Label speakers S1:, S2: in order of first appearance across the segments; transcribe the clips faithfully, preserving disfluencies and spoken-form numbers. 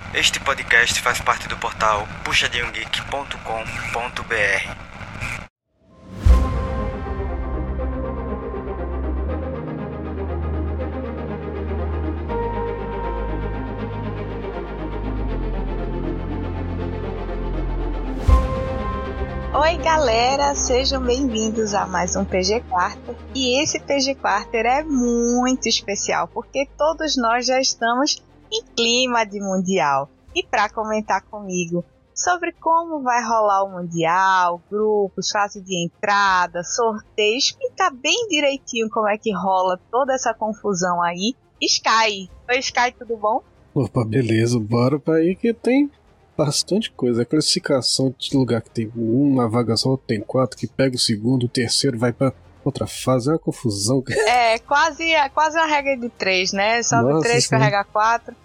S1: Este podcast faz parte do portal puxa de um geek ponto com ponto b r.
S2: Oi galera, sejam bem-vindos a mais um P G Quarter. E esse P G Quarter é muito especial porque todos nós já estamos em clima de Mundial. E para comentar comigo sobre como vai rolar o Mundial, grupos, fase de entrada, sorteio, explicar bem direitinho como é que rola toda essa confusão aí, Sky. Oi Sky, tudo bom?
S3: Opa, beleza, bora pra aí que tem bastante coisa. A classificação de lugar que tem uma vaga só, tem quatro, que pega o segundo, o terceiro vai pra outra fase, é uma confusão.
S2: É, quase, quase uma regra de três, né? Sobe
S3: Nossa,
S2: três,
S3: sim.
S2: carrega quatro.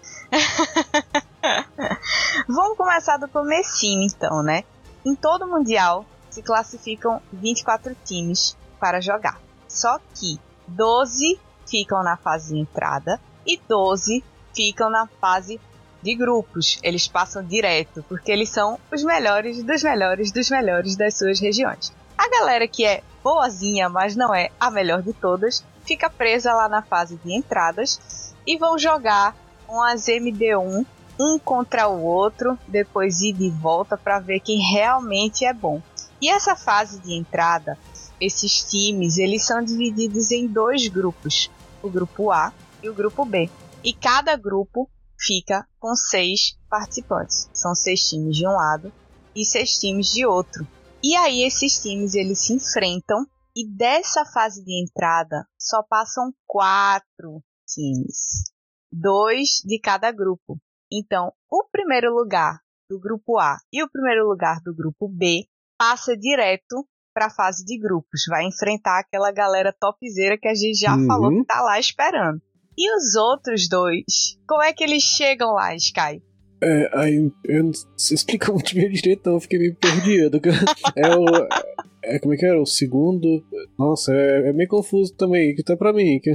S2: Vamos começar do comecinho, então, né? Em todo Mundial se classificam vinte e quatro times para jogar. Só que doze ficam na fase de entrada e doze ficam na fase de grupos. Eles passam direto, porque eles são os melhores dos melhores dos melhores das suas regiões. A galera que é boazinha, mas não é a melhor de todas, fica presa lá na fase de entradas e vão jogar umas M D um, um contra o outro, depois ir de volta para ver quem realmente é bom. E essa fase de entrada, esses times, eles são divididos em dois grupos, o grupo A e o grupo B. E cada grupo fica com seis participantes. São seis times de um lado e seis times de outro. E aí esses times eles se enfrentam e dessa fase de entrada só passam quatro times. Dois de cada grupo. Então, o primeiro lugar do grupo A e o primeiro lugar do grupo B passa direto para a fase de grupos. Vai enfrentar aquela galera topzera que a gente já
S3: Uhum.
S2: falou que tá lá esperando. E os outros dois, como é que eles chegam lá, Sky?
S3: É, aí eu não sei explicar muito bem direito, não, eu fiquei meio perdido. É o. É, como é que era? O segundo. Nossa, é, é meio confuso também, que tá pra mim. Que...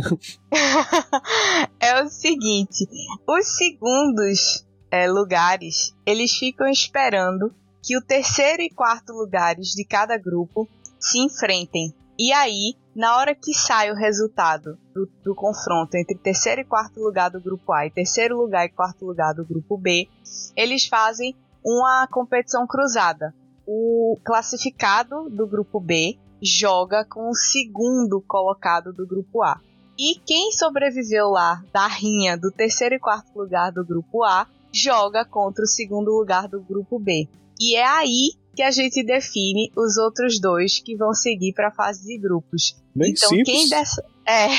S2: É o seguinte: os segundos é, lugares, eles ficam esperando que o terceiro e quarto lugares de cada grupo se enfrentem. E aí, na hora que sai o resultado do, do confronto entre terceiro e quarto lugar do grupo A e terceiro lugar e quarto lugar do grupo B, eles fazem uma competição cruzada. O classificado do grupo B joga com o segundo colocado do grupo A. E quem sobreviveu lá da rinha do terceiro e quarto lugar do grupo A joga contra o segundo lugar do grupo B. E é aí que a gente define os outros dois que vão seguir para a fase de grupos.
S3: Bem
S2: então,
S3: simples.
S2: quem dessa. É.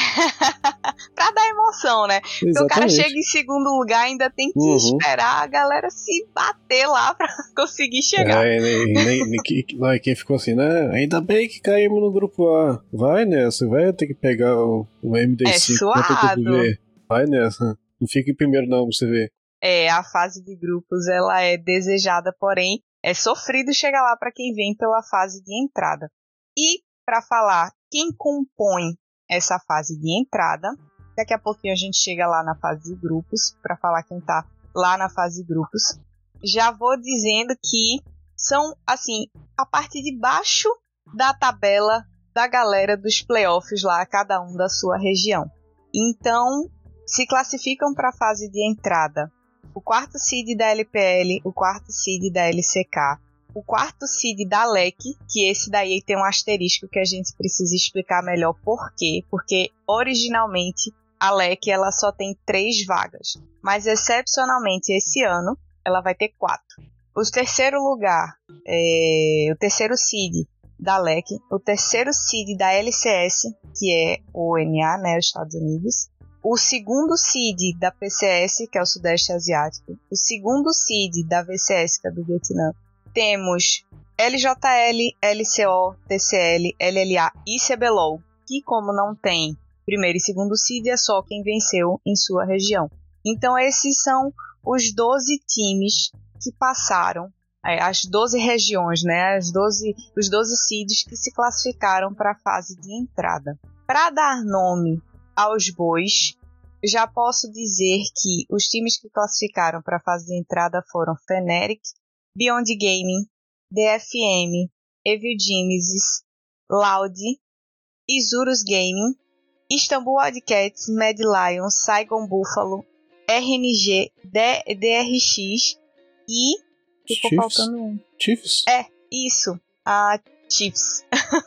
S2: Pra dar emoção, né? Porque o cara chega em segundo lugar e ainda tem que
S3: Uhum.
S2: esperar a galera se bater lá pra conseguir chegar.
S3: É, nem, nem, nem, nem, quem ficou assim, né? Ainda bem que caímos no grupo A. Vai nessa, vai ter que pegar o, o M D cinco.
S2: É suado.
S3: Vai nessa. Não fica em primeiro, não, pra você ver.
S2: É, a fase de grupos ela é desejada, porém é sofrido chegar lá para quem vem pela fase de entrada. E para falar quem compõe essa fase de entrada, daqui a pouquinho a gente chega lá na fase de grupos para falar quem tá lá na fase de grupos. Já vou dizendo que são assim a parte de baixo da tabela da galera dos playoffs lá, cada um da sua região. Então se classificam para a fase de entrada o quarto seed da L P L, o quarto seed da L C K, o quarto seed da L E C, que esse daí tem um asterisco que a gente precisa explicar melhor por quê, porque originalmente a L E C ela só tem três vagas, mas excepcionalmente esse ano ela vai ter quatro. O terceiro lugar, é, o terceiro seed da L E C, o terceiro seed da L C S, que é o N A, né, os Estados Unidos, o segundo seed da P C S, que é o Sudeste Asiático, o segundo seed da V C S, que é do Vietnã. Temos L J L, L C O, T C L, L L A e C B L O L, que como não tem primeiro e segundo seed, é só quem venceu em sua região. Então esses são os doze times que passaram, é, as doze regiões, né, as doze, os doze seeds que se classificaram para a fase de entrada. Para dar nome aos bois, já posso dizer que os times que classificaram para a fase de entrada foram Fnatic, Beyond Gaming, D F M, Evil Geniuses, Loud, Isurus Gaming, Istanbul Wildcats, Mad Lions, Saigon Buffalo, R N G, D- DRX e... ficou
S3: Chiefs?
S2: faltando um.
S3: Chiefs?
S2: É, isso. A Chiefs.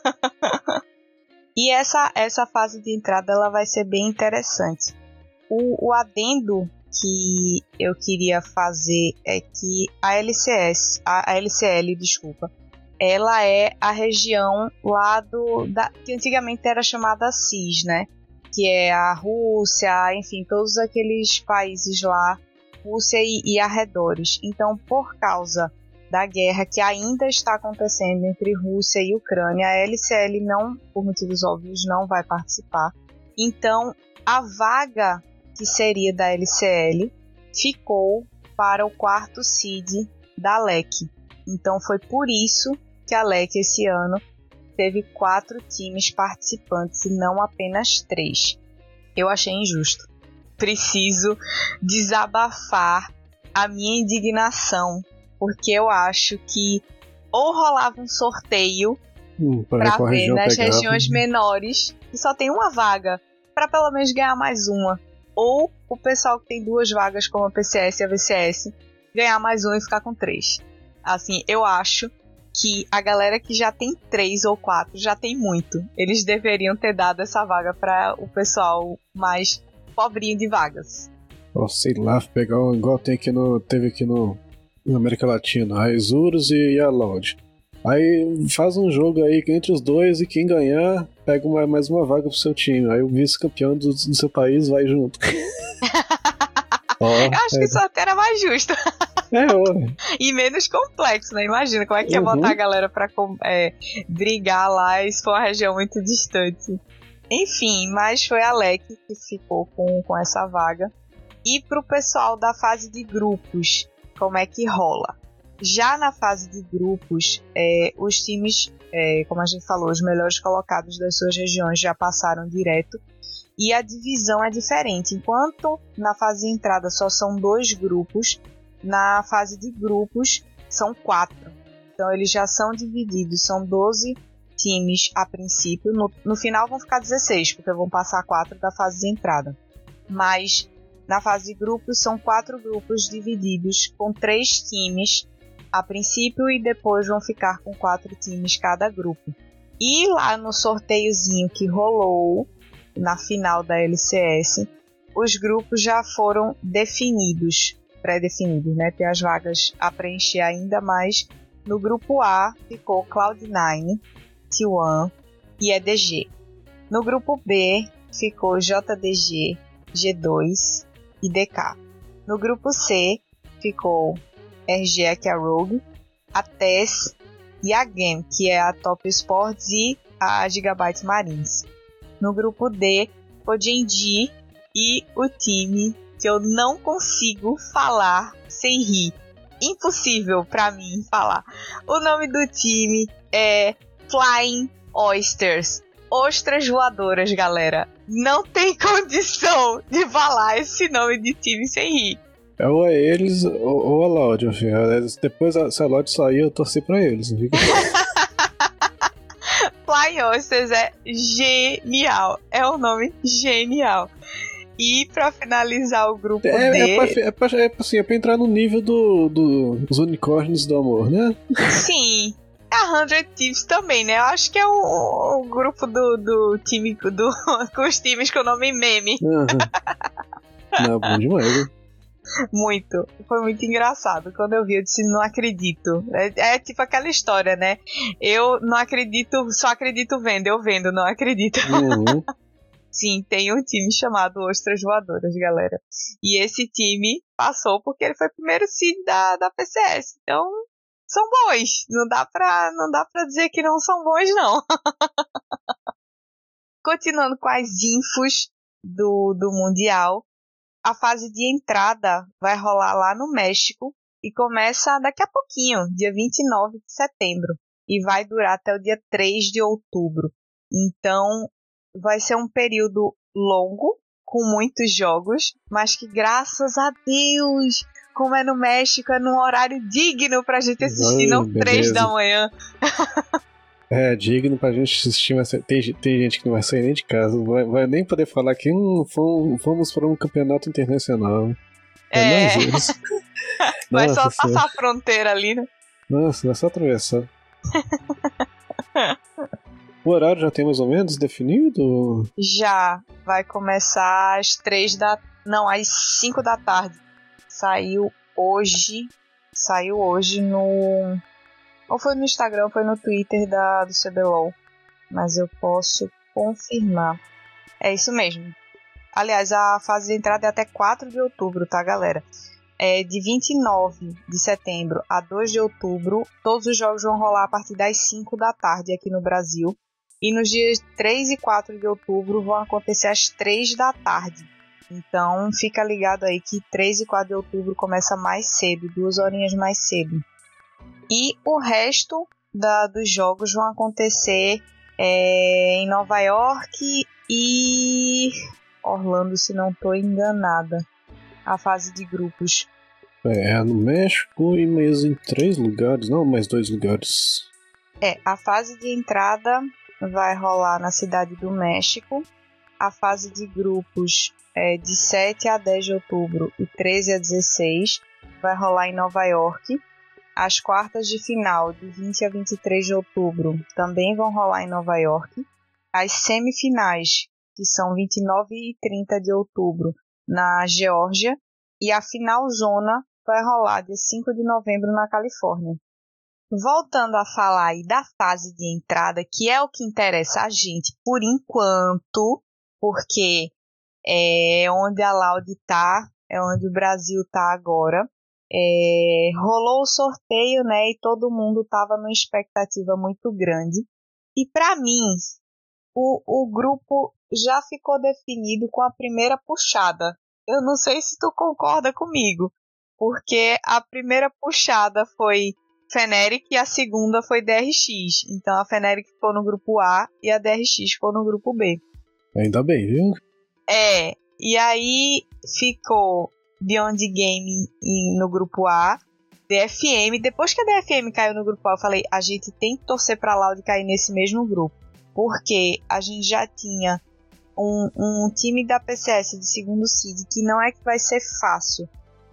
S2: E essa, essa fase de entrada ela vai ser bem interessante. O, o adendo que eu queria fazer é que a L C S, a, a L C L, desculpa, ela é a região lá do... Da, que antigamente era chamada C I S, né? Que é a Rússia, enfim, todos aqueles países lá, Rússia e, e arredores. Então, por causa da guerra que ainda está acontecendo entre Rússia e Ucrânia, a L C L não, por motivos óbvios, não vai participar. Então, a vaga que seria da L C L ficou para o quarto seed da L E C. Então, foi por isso que a L E C esse ano teve quatro times participantes e não apenas três. Eu achei injusto. Preciso desabafar a minha indignação, porque eu acho que ou rolava um sorteio
S3: Hum,
S2: para ver
S3: região
S2: nas
S3: pegava.
S2: regiões menores, que só tem uma vaga, para pelo menos ganhar mais uma, ou o pessoal que tem duas vagas, como a P C S e a V C S, ganhar mais uma e ficar com três. Assim, eu acho que a galera que já tem três ou quatro já tem muito. Eles deveriam ter dado essa vaga para o pessoal mais pobrinho de vagas.
S3: Ó, sei lá, pegar um, igual tem aqui no, teve aqui no, na América Latina, a Isurus e a Loud. Aí faz um jogo aí entre os dois e quem ganhar pega uma, mais uma vaga pro seu time. Aí o vice-campeão do, do seu país vai junto. Ó,
S2: Eu acho
S3: é,
S2: que isso até era mais justo.
S3: É, ó.
S2: E menos complexo, né? Imagina como é que ia
S3: Uhum.
S2: botar a galera pra é, brigar lá e se for uma região muito distante. Enfim, mas foi a L E C que ficou com, com essa vaga. E pro pessoal da fase de grupos, como é que rola? Já na fase de grupos, é, os times, é, como a gente falou, os melhores colocados das suas regiões já passaram direto. E a divisão é diferente. Enquanto na fase de entrada só são dois grupos, na fase de grupos são quatro. Então eles já são divididos, são doze times a princípio. No, no final vão ficar dezesseis, porque vão passar quatro da fase de entrada. Mas na fase de grupos são quatro grupos divididos com três times a princípio e depois vão ficar com quatro times cada grupo. E lá no sorteiozinho que rolou na final da L C S, os grupos já foram definidos, pré-definidos, né? Tem as vagas a preencher ainda mais. No grupo A ficou Cloud nine, T um e E D G. No grupo B ficou J D G, G dois e D K. No grupo C ficou R G, que é a Rogue, a T E S e a Game, que é a Top Sports e a Gigabyte Marines. No grupo D ficou G N G e o time que eu não consigo falar sem rir. Impossível pra mim falar. O nome do time é Flying Oysters. Ostras voadoras, galera. Não tem condição de falar esse nome de time sem rir.
S3: É ou é eles ou, ou a Loud, meu filho. Depois, se a Loud sair, eu torci pra eles. Não fica...
S2: Flying Oysters é genial. É um nome genial. E pra finalizar o grupo
S3: é,
S2: D...
S3: É pra, é, pra, é, pra, assim, é pra entrar no nível do, do, dos unicórnios do amor, né?
S2: Sim. A Hundred Thieves também, né? Eu acho que é o, o grupo do, do time do, com os times com o nome meme.
S3: Uhum. Não, bom demais, né?
S2: Muito. Foi muito engraçado. Quando eu vi, eu disse, não acredito. É, é tipo aquela história, né? Eu não acredito, só acredito vendo. Eu vendo, não acredito.
S3: Uhum.
S2: Sim, tem um time chamado Ostras Voadoras, galera. E esse time passou porque ele foi o primeiro seed da, da P C S. Então, são bons. Não dá pra, não dá pra dizer que não são bons, não. Continuando com as infos do, do Mundial. A fase de entrada vai rolar lá no México e começa daqui a pouquinho, dia vinte e nove de setembro. E vai durar até o dia três de outubro. Então, vai ser um período longo, com muitos jogos, mas que graças a Deus, como é no México, é num horário digno pra gente assistir,
S3: Ai,
S2: não três da manhã.
S3: É, digno pra gente assistir, mas tem, tem gente que não vai sair nem de casa, não vai, vai nem poder falar que hum, fomos, fomos para um campeonato internacional. É,
S2: É,
S3: nós eles.
S2: vai só
S3: Nossa
S2: passar
S3: Senhora.
S2: a fronteira ali, né?
S3: Nossa, é só atravessar. O horário já tem mais ou menos definido?
S2: Já vai começar às três da... Não, às cinco da tarde. Saiu hoje. Saiu hoje no... Ou foi no Instagram, ou foi no Twitter da, do C B L O L. Mas eu posso confirmar. É isso mesmo. Aliás, a fase de entrada é até quatro de outubro, tá, galera? É de vinte e nove de setembro a dois de outubro. Todos os jogos vão rolar a partir das cinco da tarde aqui no Brasil. E nos dias três e quatro de outubro vão acontecer às três da tarde. Então fica ligado aí que três e quatro de outubro começa mais cedo, duas horinhas mais cedo. E o resto da, dos jogos vão acontecer é, em Nova York e Orlando, se não estou enganada. A fase de grupos.
S3: É, no México e mais em três lugares, não, mais dois lugares.
S2: É, a fase de entrada vai rolar na cidade do México. A fase de grupos é de sete a dez de outubro e treze a dezesseis vai rolar em Nova York. As quartas de final, de vinte a vinte e três de outubro, também vão rolar em Nova York. As semifinais, que são vinte e nove e trinta de outubro, na Geórgia. E a final zona vai rolar dia cinco de novembro na Califórnia. Voltando a falar aí da fase de entrada, que é o que interessa a gente por enquanto, porque é onde a Loud tá, é onde o Brasil tá agora. É, rolou o sorteio, né, e todo mundo tava numa expectativa muito grande. E para mim, o, o grupo já ficou definido com a primeira puxada. Eu não sei se tu concorda comigo, porque a primeira puxada foi Fnatic e a segunda foi D R X. Então a Fnatic ficou no grupo A e a D R X ficou no grupo B.
S3: Ainda bem, viu?
S2: É, e aí ficou Beyond Game no grupo A, D F M. Depois que a D F M caiu no grupo A, eu falei, a gente tem que torcer pra Loud cair nesse mesmo grupo. Porque a gente já tinha um, um time da P C S de segundo seed, que não é que vai ser fácil,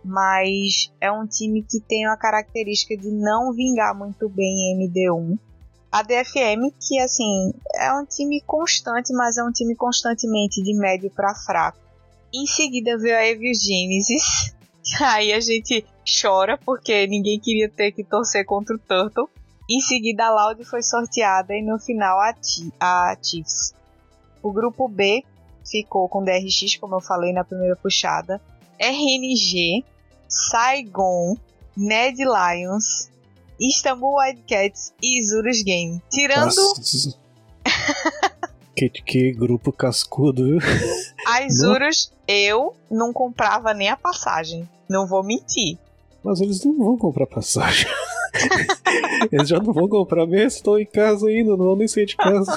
S2: mas é um time que tem uma característica de não vingar muito bem em M D um. A D F M, que assim, é um time constante, mas é um time constantemente de médio para fraco. Em seguida veio a Evil Genesis, aí a gente chora porque ninguém queria ter que torcer contra o Turtle. Em seguida a Loud foi sorteada e no final a, T- a Chiefs. O grupo B ficou com D R X, como eu falei na primeira puxada, R N G, Saigon, Mad Lions, Istanbul Wildcats e Isurus Game. Tirando...
S3: Nossa. que, que grupo cascudo, viu?
S2: A Isurus, eu não comprava nem a passagem. Não vou mentir.
S3: Mas eles não vão comprar passagem. Eles já não vão comprar mesmo, estou em casa ainda, não vão nem sair de casa.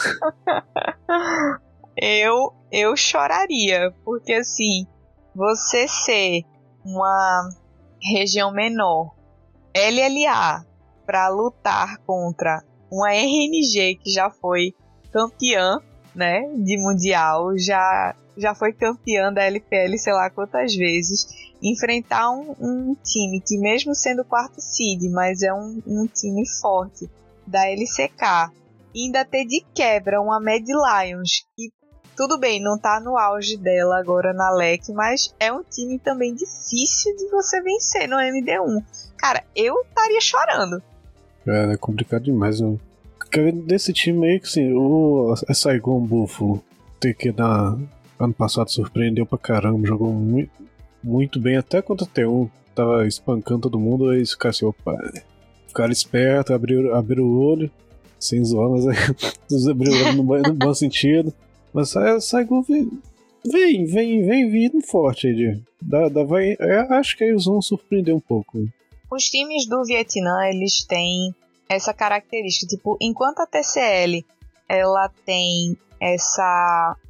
S3: Eu, eu choraria, porque assim, você ser uma região menor, L L A, para lutar contra uma R N G que já foi campeã, né, de mundial, já, já foi campeã da L P L sei lá quantas vezes, enfrentar um, um time que mesmo sendo quarto seed, mas é um, um time forte da L C K, e ainda ter de quebra uma Mad Lions, que tudo bem, não tá no auge dela agora na L E C, mas é um time também difícil de você vencer no M D um. Cara, eu estaria chorando. É, é complicado demais. Eu... Desse time aí, que assim, o a Saigon Buffalo, tem que dar... ano passado surpreendeu pra caramba, jogou muito, muito bem, até contra o T um, tava espancando todo mundo, aí ficaram assim, opa, ficaram espertos, abriram, abriram o olho, sem zoar, mas aí abriram o olho no, no bom sentido. Mas a Saigon vem, vem, vem, vem vindo forte aí. De, dá, dá, vai, é, acho que eles vão surpreender um pouco.
S2: Os times do Vietnã, eles têm essa característica. Tipo, enquanto a T C L ela tem essa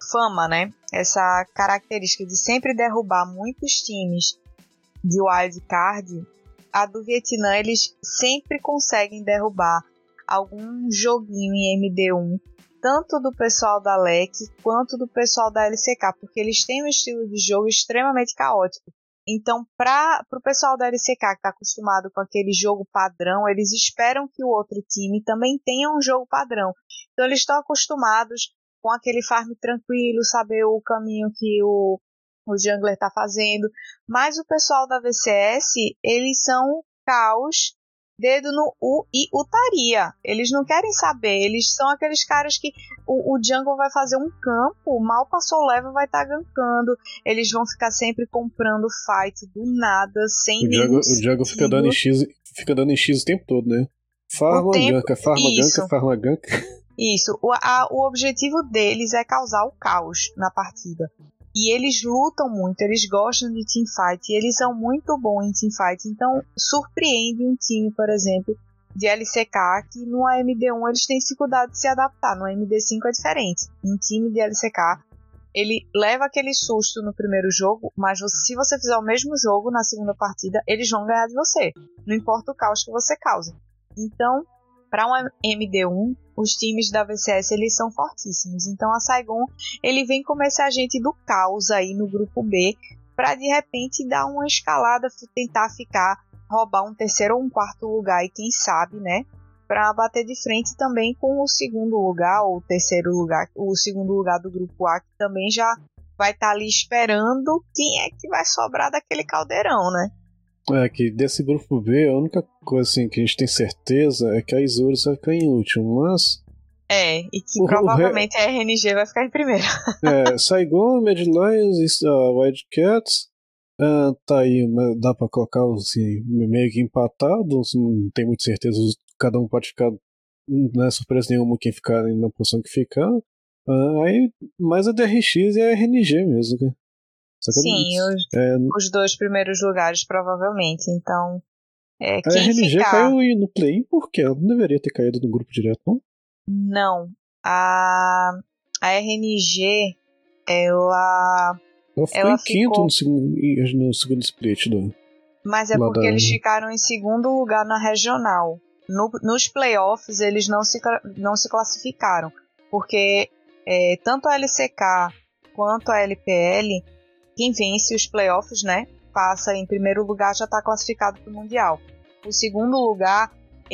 S2: fama, né? Essa característica de sempre derrubar muitos times de wildcard, a do Vietnã eles sempre conseguem derrubar algum joguinho em M D um, tanto do pessoal da L E C quanto do pessoal da L C K, porque eles têm um estilo de jogo extremamente caótico. Então, para o pessoal da L C K que está acostumado com aquele jogo padrão, eles esperam que o outro time também tenha um jogo padrão. Então, eles estão acostumados com aquele farm tranquilo, saber o caminho que o, o jungler está fazendo. Mas o pessoal da V C S, eles são caos, dedo no U e utaria. Eles não querem saber, eles são aqueles caras que o, o jungle vai fazer um campo, mal passou o level, vai estar tá gankando. Eles vão ficar sempre comprando fight do nada, sem
S3: o
S2: nenhum
S3: jungle, o jungle fica dando em X, fica dando em X o tempo todo, né? Farma,
S2: tempo,
S3: ganka, farma,
S2: isso.
S3: ganka, farma, ganka.
S2: Isso, o, a, o objetivo deles é causar o caos na partida. E eles lutam muito, eles gostam de teamfight, e eles são muito bons em teamfight. Então, surpreende um time, por exemplo, de L C K, que no A M D um eles têm dificuldade de se adaptar. No A M D cinco é diferente. Um time de L C K, ele leva aquele susto no primeiro jogo, mas você, se você fizer o mesmo jogo na segunda partida, eles vão ganhar de você. Não importa o caos que você causa. Então, para um A M D um, os times da V C S eles são fortíssimos. Então a Saigon ele vem como esse agente do caos aí no grupo B, para de repente dar uma escalada, tentar ficar, roubar um terceiro ou um quarto lugar e quem sabe, né, para bater de frente também com o segundo lugar ou o terceiro lugar, o segundo lugar do grupo A, que também já vai estar tá ali esperando quem é que vai sobrar daquele caldeirão, né?
S3: É, que desse grupo B, a única coisa assim, que a gente tem certeza é que a Isurus vai ficar em último, mas...
S2: É, e que
S3: o,
S2: provavelmente
S3: o re...
S2: a R N G vai ficar em primeiro.
S3: É, Saigon, Mad Lions, uh, Wildcats, uh, tá aí, dá pra colocar assim, meio que empatados, não tem muita certeza, cada um pode ficar, não é surpresa nenhuma quem ficar na posição que ficar. Uh, aí, mais a D R X e a R N G mesmo, né?
S2: Sim, os, é, os dois primeiros lugares, provavelmente. Então, é,
S3: a
S2: quem
S3: R N G
S2: ficar...
S3: caiu no play-in por quê? Ela não deveria ter caído no grupo direto, não?
S2: Não. A, a R N G, ela...
S3: Ela ficou
S2: ela
S3: em quinto
S2: ficou...
S3: no, segundo, no segundo split. Do,
S2: Mas é porque da... eles ficaram em segundo lugar na regional. No, nos playoffs, eles não se, não se classificaram. Porque é, tanto a L C K quanto a L P L... Quem vence os playoffs, né, passa em primeiro lugar, já está classificado para o Mundial. O segundo lugar,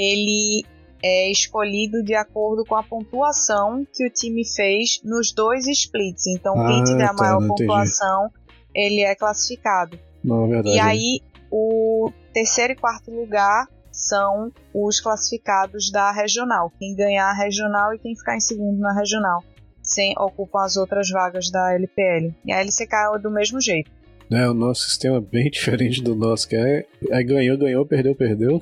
S2: ele é escolhido de acordo com a pontuação que o time fez nos dois splits. Então, ah, quem tiver a maior tá, pontuação, entendi. Ele é classificado.
S3: Não, é verdade.
S2: E aí, o terceiro e quarto lugar são os classificados da regional. Quem ganhar a regional e quem ficar em segundo na regional. Sem, ocupam as outras vagas da L P L. E a L C K é do mesmo jeito.
S3: É, o nosso sistema é bem diferente do nosso, que é, é ganhou, ganhou, perdeu, perdeu.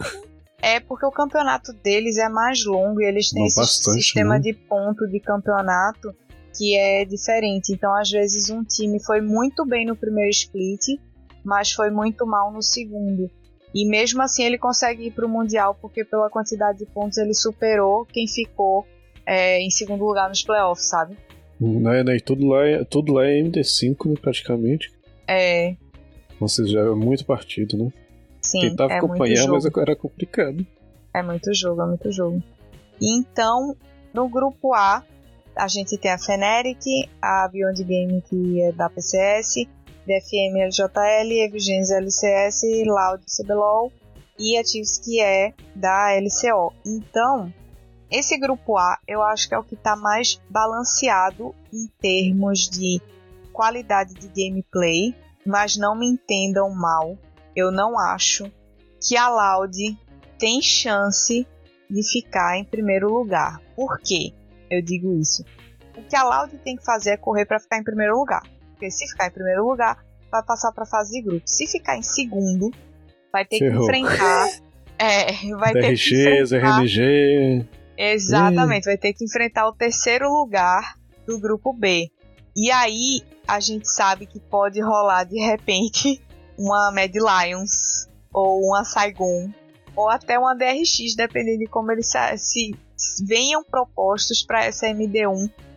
S2: É porque o campeonato deles é mais longo e eles têm Não, esse bastante, sistema né? de ponto de campeonato que é diferente. Então, às vezes, um time foi muito bem no primeiro split, mas foi muito mal no segundo. E mesmo assim, ele consegue ir para o Mundial, porque pela quantidade de pontos ele superou quem ficou É, em segundo lugar nos playoffs, sabe?
S3: Né, né, tudo, lá é, tudo lá é M D cinco, né, praticamente.
S2: É.
S3: Ou seja, é muito partido, né?
S2: Sim,
S3: Tentava
S2: é
S3: acompanhar,
S2: muito jogo.
S3: mas era complicado.
S2: É muito jogo, é muito jogo. E então, no grupo A, a gente tem a Fnatic, a Beyond Game, que é da P C S, D F M L J L, Evigens L C S, Loud C B L O L e a Chiefs, que é da L C O. Então, esse grupo A, eu acho que é o que está mais balanceado em termos de qualidade de gameplay, mas não me entendam mal, eu não acho que a Loud tem chance de ficar em primeiro lugar. Por quê? Eu digo isso. O que a Loud tem que fazer é correr para ficar em primeiro lugar, porque se ficar em primeiro lugar, vai passar para a fase de grupo. Se ficar em segundo, vai ter Ferrou. que enfrentar... É, vai
S3: D R X, ter que enfrentar... R N G...
S2: Exatamente, vai ter que enfrentar o terceiro lugar do grupo B. E aí, a gente sabe que pode rolar, de repente, uma Mad Lions, ou uma Saigon, ou até uma D R X, dependendo de como eles se, se venham propostos para essa M D um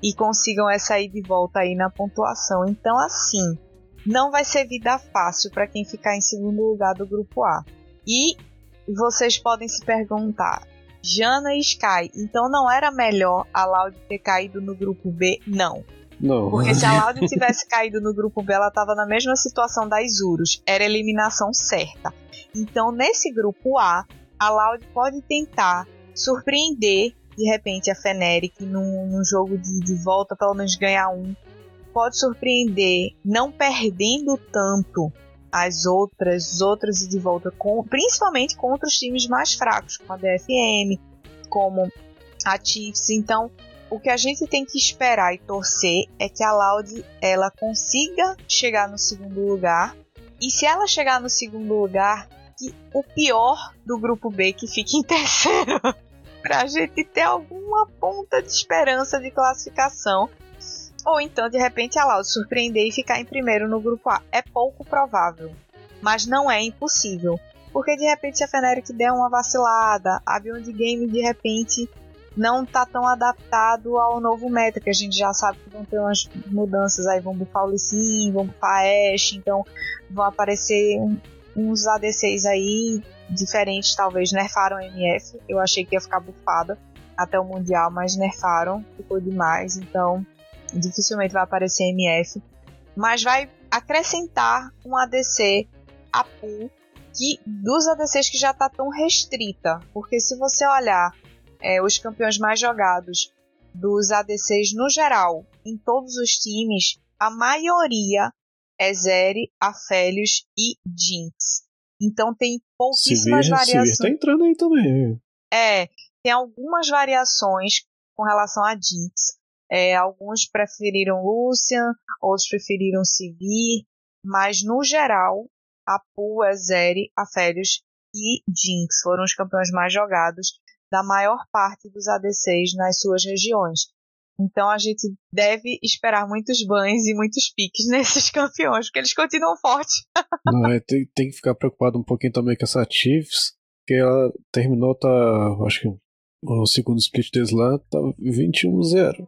S2: e consigam essa ida e volta aí na pontuação. Então, assim, não vai ser vida fácil para quem ficar em segundo lugar do grupo A. E vocês podem se perguntar, Jana e Sky, então não era melhor a Loud ter caído no grupo B? Não.
S3: Não.
S2: Porque se a Loud tivesse caído no grupo B, ela estava na mesma situação das Isurus. Era eliminação certa. Então, nesse grupo A, a Loud pode tentar surpreender, de repente, a Fnatic num, num jogo de, de volta, pelo menos ganhar um. Pode surpreender não perdendo tanto as outras, outras de volta, com, principalmente contra os times mais fracos, como a D F M, como a Chiefs. Então, o que a gente tem que esperar e torcer é que a Loud ela consiga chegar no segundo lugar. E se ela chegar no segundo lugar, que o pior do grupo B que fique em terceiro, para a gente ter alguma ponta de esperança de classificação. Ou então, de repente, a Loud surpreender e ficar em primeiro no grupo A. É pouco provável, mas não é impossível. Porque, de repente, se a Fnatic der uma vacilada, a Beyond Game, de repente, não tá tão adaptado ao novo meta, que a gente já sabe que vão ter umas mudanças aí, vão bufar o Lee Sin, vão bufar a Ashe, então vão aparecer um, uns A D Cs aí diferentes, talvez. Nerfaram a M F, eu achei que ia ficar bufada até o Mundial, mas nerfaram, ficou demais, então dificilmente vai aparecer M F, mas vai acrescentar um A D C a pool que, dos A D Cs que já está tão restrita, porque se você olhar é, os campeões mais jogados dos A D Cs no geral, em todos os times, a maioria é Zeri, Aphelios e Jinx. Então tem pouquíssimas
S3: Sivir,
S2: variações.
S3: Sivir tá entrando aí também.
S2: É, tem algumas variações com relação a Jinx. É, alguns preferiram Lucian, outros preferiram Sivir, mas no geral a pool é Zeri, Aphelios e Jinx. Foram os campeões mais jogados da maior parte dos A D Cs nas suas regiões. Então a gente deve esperar muitos bans e muitos piques nesses campeões, porque eles continuam fortes.
S3: Não, é, tem, tem que ficar preocupado um pouquinho também com essa Chiefs, que ela terminou, tá, acho que o segundo split deles lá tá vinte e um a zero.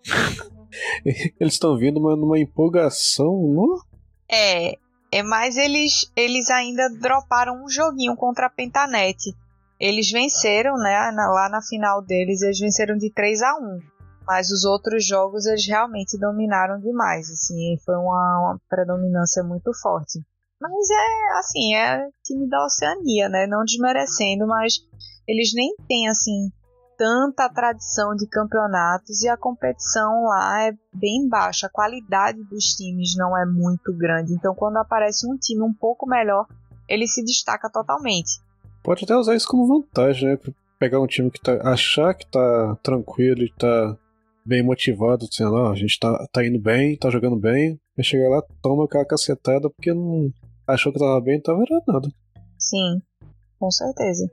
S3: Eles estão vindo uma, numa empolgação, não?
S2: É, é, mas eles, eles ainda droparam um joguinho contra a Pentanet. Eles venceram, né, na, lá na final deles, eles venceram de três a um. Mas os outros jogos eles realmente dominaram demais, assim, foi uma, uma predominância muito forte. Mas é, assim, é time da Oceania, né, não desmerecendo, mas eles nem têm, assim, tanta tradição de campeonatos e a competição lá é bem baixa, a qualidade dos times não é muito grande, então quando aparece um time um pouco melhor, ele se destaca totalmente.
S3: Pode até usar isso como vantagem, né, pegar um time que tá, achar que tá tranquilo e tá bem motivado, dizendo, ó, a gente tá, tá indo bem, tá jogando bem, vai chegar lá, toma aquela cacetada porque não achou que tava bem, não tava virando nada.
S2: Sim, com certeza.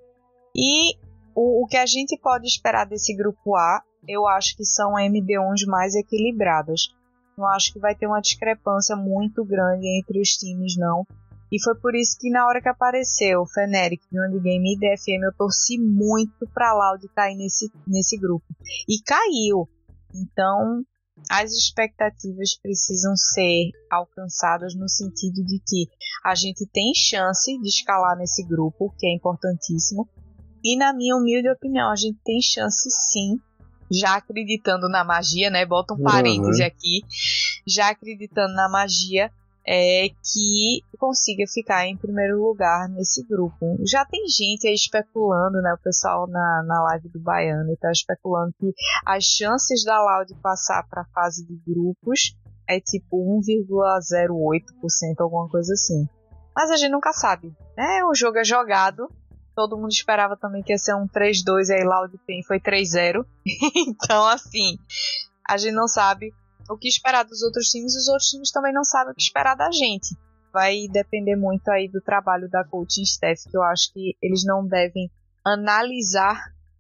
S2: E o, o que a gente pode esperar desse grupo A, eu acho que são M D uns mais equilibradas. Não acho que vai ter uma discrepância muito grande entre os times, não. E foi por isso que na hora que apareceu Fnatic, Beyond Game e D F M, eu torci muito pra Loud cair nesse, nesse grupo. E caiu. Então, as expectativas precisam ser alcançadas no sentido de que a gente tem chance de escalar nesse grupo, que é importantíssimo. E na minha humilde opinião, a gente tem chance sim, já acreditando na magia, né? Bota um parêntese
S3: Uhum.
S2: aqui. Já acreditando na magia, é que consiga ficar em primeiro lugar nesse grupo. Já tem gente aí especulando, né? O pessoal na, na live do Baiano está especulando que as chances da Loud passar para a fase de grupos é tipo um vírgula zero oito por cento, alguma coisa assim. Mas a gente nunca sabe, né? O jogo é jogado. Todo mundo esperava também que ia ser um três a dois, aí Loud tem foi três a zero. Então, assim, a gente não sabe o que esperar dos outros times, e os outros times também não sabem o que esperar da gente. Vai depender muito aí do trabalho da coaching staff, que eu acho que eles não devem analisar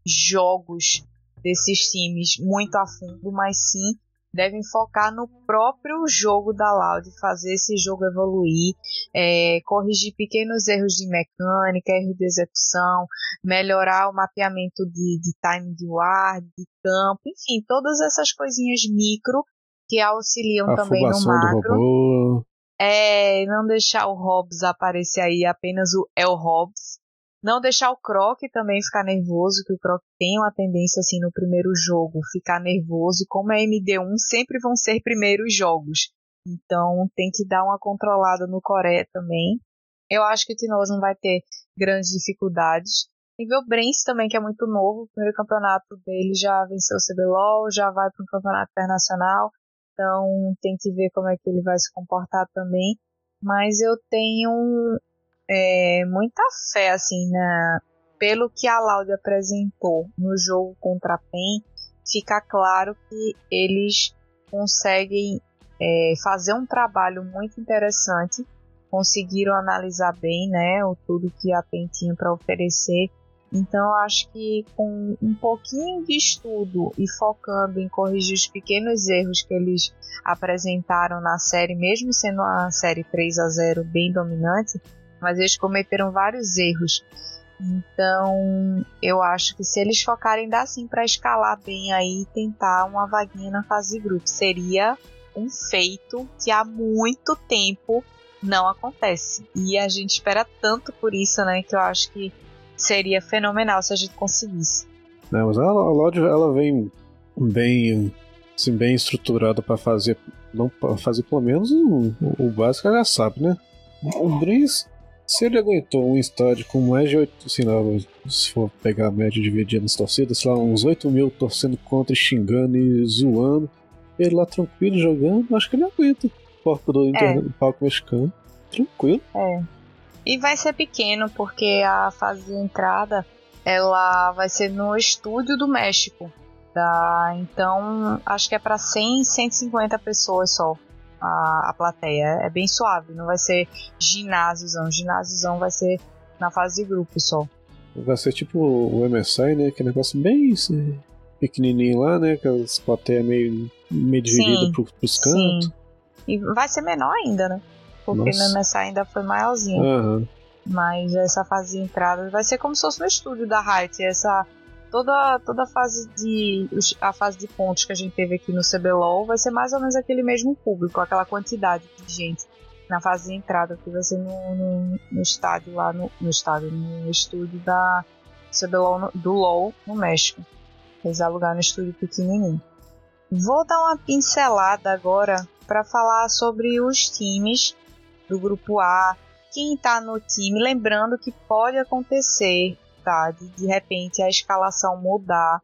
S2: jogos desses times muito a fundo, mas sim devem focar no próprio jogo da Loud, fazer esse jogo evoluir, é, corrigir pequenos erros de mecânica, erros de execução, melhorar o mapeamento de, de time de ward, de campo, enfim, todas essas coisinhas micro que auxiliam
S3: A
S2: também no
S3: afobação do
S2: macro.
S3: robô.
S2: É, não deixar o Hobbs aparecer aí, apenas o El Hobbs. Não deixar o Croc também ficar nervoso, que o Croc tem uma tendência, assim, no primeiro jogo, ficar nervoso. E como é M D um, sempre vão ser primeiros jogos. Então, tem que dar uma controlada no Coreia também. Eu acho que o Tinoz não vai ter grandes dificuldades. E ver o Brence também, que é muito novo. O primeiro campeonato dele já venceu o C B L O L, já vai para um campeonato internacional. Então, tem que ver como é que ele vai se comportar também. Mas eu tenho é, muita fé, assim, na, pelo que a Loud apresentou no jogo contra a PEN, fica claro que eles conseguem é, fazer um trabalho muito interessante. Conseguiram analisar bem, né, o tudo que a PEN tinha para oferecer. Então eu acho que com um pouquinho de estudo e focando em corrigir os pequenos erros que eles apresentaram na série, mesmo sendo uma série três a zero bem dominante, mas eles cometeram vários erros. Então eu acho que se eles focarem, dá sim para escalar bem aí e tentar uma vaguinha na fase de grupo. Seria um feito que há muito tempo não acontece. E a gente espera tanto por isso, né, que eu acho que seria fenomenal se a gente conseguisse.
S3: Não, mas a, a Loud, ela vem bem, assim, bem estruturada para fazer, não para fazer pelo menos o, o básico, ela já sabe, né? O Breeze, se ele aguentou um estádio com mais de oito, assim, lá, se for pegar a média dividida nas torcidas, sei lá, uns oito mil torcendo contra, xingando e zoando, ele lá tranquilo jogando, acho que ele aguenta. Palco do Inter, é. Palco mexicano, tranquilo.
S2: É. E vai ser pequeno, porque a fase de entrada ela vai ser no estúdio do México. Tá? Então, acho que é para cem, cento e cinquenta pessoas só a, a plateia. É bem suave, não vai ser ginásiozão. Ginásiozão vai ser na fase de grupo só.
S3: Vai ser tipo o M S I, né? Que é um negócio bem assim, pequenininho lá, né? Aquelas plateias meio, meio divididas pro, pros cantos.
S2: Sim. E vai ser menor ainda, né? Porque Nossa. No M S I ainda foi maiorzinho.
S3: Uhum.
S2: Mas essa fase de entrada vai ser como se fosse no estúdio da Riot. Essa, toda, toda a fase de a fase de pontos que a gente teve aqui no C B L O L vai ser mais ou menos aquele mesmo público, aquela quantidade de gente na fase de entrada, que vai ser no, no, no estádio lá, no, no estádio, no estúdio da C B L O L, do L O L no México. Eles alugaram no estúdio pequenininho. Vou dar uma pincelada agora para falar sobre os times do grupo A, quem tá no time, lembrando que pode acontecer, tá, de, de repente a escalação mudar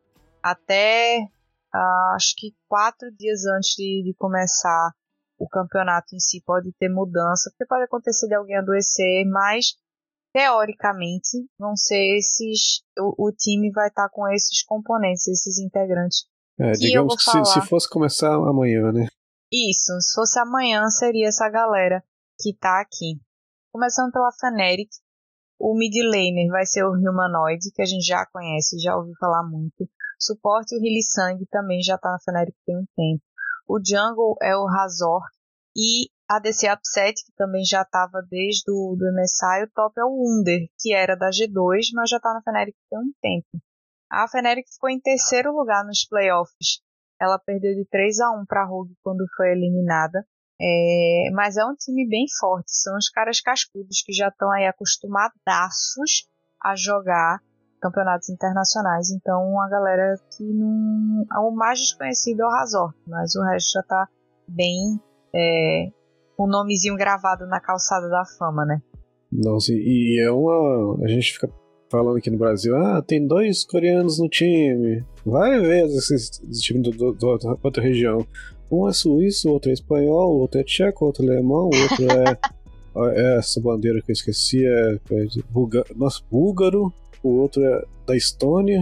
S2: até uh, acho que quatro dias antes de, de começar o campeonato em si, pode ter mudança, porque pode acontecer de alguém adoecer, mas teoricamente vão ser esses, o, o time vai estar tá com esses componentes, esses integrantes.
S3: É,
S2: que
S3: digamos que
S2: falar...
S3: se, se fosse começar amanhã, né?
S2: Isso, se fosse amanhã seria essa galera que tá aqui. Começando pela Fnatic, o mid laner vai ser o Humanoid, que a gente já conhece, já ouviu falar muito. Suporte o Hylissang também já tá na Fnatic tem um tempo. O jungle é o Razor e a D C Upset, que também já estava desde o do M S I. O top é o Wunder, que era da G dois, mas já tá na Fnatic tem um tempo. A Fnatic ficou em terceiro lugar nos playoffs. Ela perdeu de três a um para a Rogue quando foi eliminada. É, mas é um time bem forte. São os caras cascudos que já estão aí acostumadaços a jogar campeonatos internacionais. Então a galera que não... O mais desconhecido é o Razor, mas o resto já tá bem é, com o nomezinho gravado na calçada da fama, né?
S3: Nossa, e é uma... A gente fica falando aqui no Brasil, ah, tem dois coreanos no time. Vai ver esses times do, do, do, da outra região. Um é suíço, o outro é espanhol, o outro é tcheco, o outro é alemão, o outro é, é essa bandeira que eu esqueci, é, é bulga, nossa, búlgaro, o outro é da Estônia.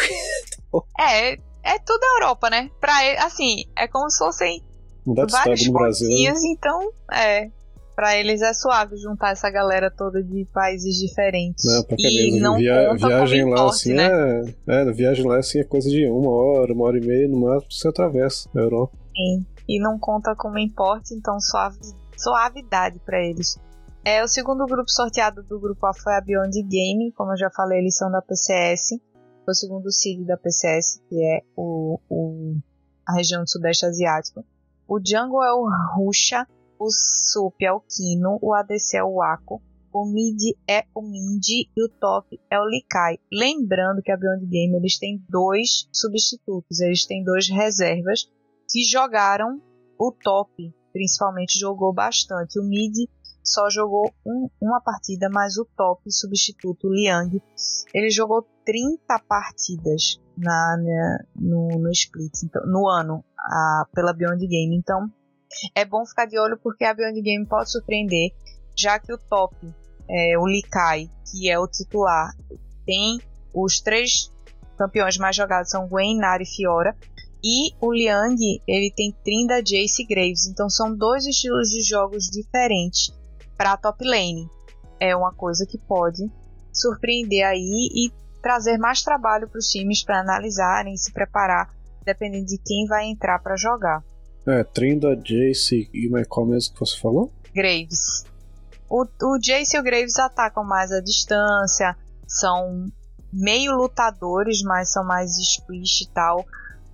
S2: é, é tudo Europa, né? Pra ele, assim, é como se fossem vários
S3: no Brasil, né?
S2: Então, é, pra eles é suave juntar essa galera toda de países diferentes.
S3: Não, porque
S2: e
S3: mesmo,
S2: não
S3: via,
S2: conta
S3: viagem
S2: como
S3: lá
S2: importe,
S3: assim,
S2: né?
S3: é, é, viagem lá assim é coisa de uma hora, uma hora e meia, no máximo você atravessa a Europa.
S2: Sim, e não conta como importe, então suave, suavidade pra eles. É, o segundo grupo sorteado do grupo A foi a Beyond Game, como eu já falei, eles são da P C S. Foi o segundo seed da P C S, que é o, o, a região do Sudeste Asiático. O jungle é o Rusha, o sup é o Kino, o A D C é o Ako, o mid é o Mindy e o top é o Likai. Lembrando que a Beyond Game eles têm dois substitutos, eles têm dois reservas que jogaram o top, principalmente jogou bastante. O mid só jogou um, uma partida, mas o top substituto, o Liang, ele jogou trinta partidas na, na, no, no split, então, no ano, a, pela Beyond Game. Então é bom ficar de olho porque a Beyond Game pode surpreender, já que o top, é, o Likai, que é o titular, tem os três campeões mais jogados, são Gwen, Nara e Fiora, e o Liang, ele tem Trinda, Jace e Graves, então são dois estilos de jogos diferentes para a top lane. É uma coisa que pode surpreender aí e trazer mais trabalho para os times para analisarem e se preparar, dependendo de quem vai entrar para jogar.
S3: É, Trinda, Jace e qual mesmo que você falou?
S2: Graves. O, o Jace e o Graves atacam mais à distância, são meio lutadores, mas são mais squish e tal.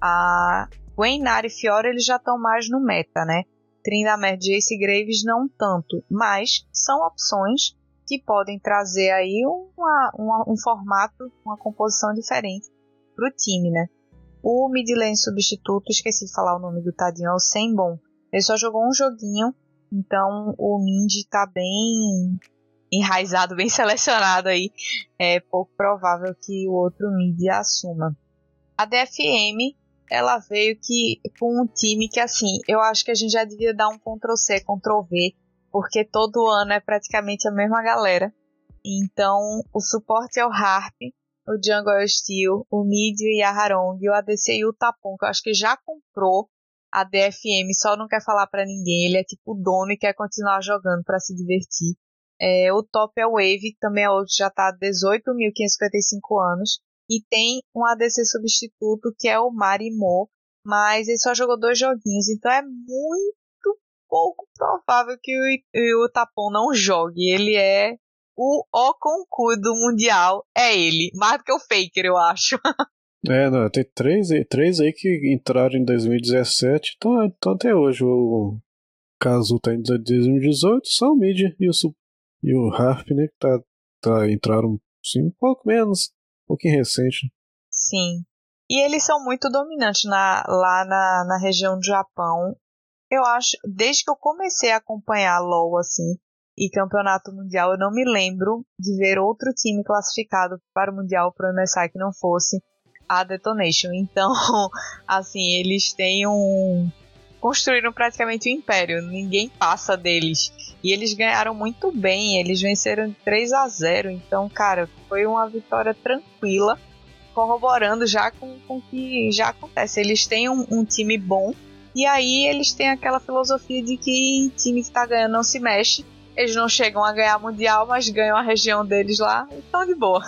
S2: A Gwen, Nara e Fiora eles já estão mais no meta, né? Tryndamere, Jace e Graves não tanto, mas são opções que podem trazer aí uma, uma, um formato, uma composição diferente para o time, né? O mid lane substituto, esqueci de falar o nome do tadinho, é o Senbon. Ele só jogou um joguinho, então o Mindy tá bem enraizado, bem selecionado aí. É pouco provável que o outro mid assuma. A D F M, ela veio que, com um time que, assim, eu acho que a gente já devia dar um control C, control V, porque todo ano é praticamente a mesma galera. Então, o suporte é o Harp, o jungle é o Steel, o mid e a Harong, o A D C e o Tapon, que eu acho que já comprou a D F M, só não quer falar pra ninguém. Ele é tipo o dono e quer continuar jogando pra se divertir. É, o top é o Wave, que também é outro, já tá há dezoito mil quinhentos e cinquenta e cinco anos. E tem um A D C substituto que é o Marimo, mas ele só jogou dois joguinhos, então é muito pouco provável que o, o Tapon não jogue. Ele é o Okonku do Mundial, é ele, mais do que o Faker, eu acho.
S3: É, não, tem três, três aí que entraram em dois mil e dezessete, então, então até hoje o Kazu tá em dois mil e dezoito, só o Mid e o, e o Harp, né, que tá, tá, entraram sim, um pouco menos, um pouquinho recente.
S2: Sim, e eles são muito dominantes na, lá na, na região do Japão. Eu acho, desde que eu comecei a acompanhar LoL, assim, e campeonato mundial, eu não me lembro de ver outro time classificado para o mundial, para o M S I, que não fosse a Detonation. Então, assim, eles têm um... construíram praticamente um império, ninguém passa deles. E eles ganharam muito bem, eles venceram de três a zero. Então, cara, foi uma vitória tranquila, corroborando já com o que já acontece. Eles têm um, um time bom, e aí eles têm aquela filosofia de que time que tá ganhando não se mexe. Eles não chegam a ganhar mundial, mas ganham a região deles lá, e estão de boa.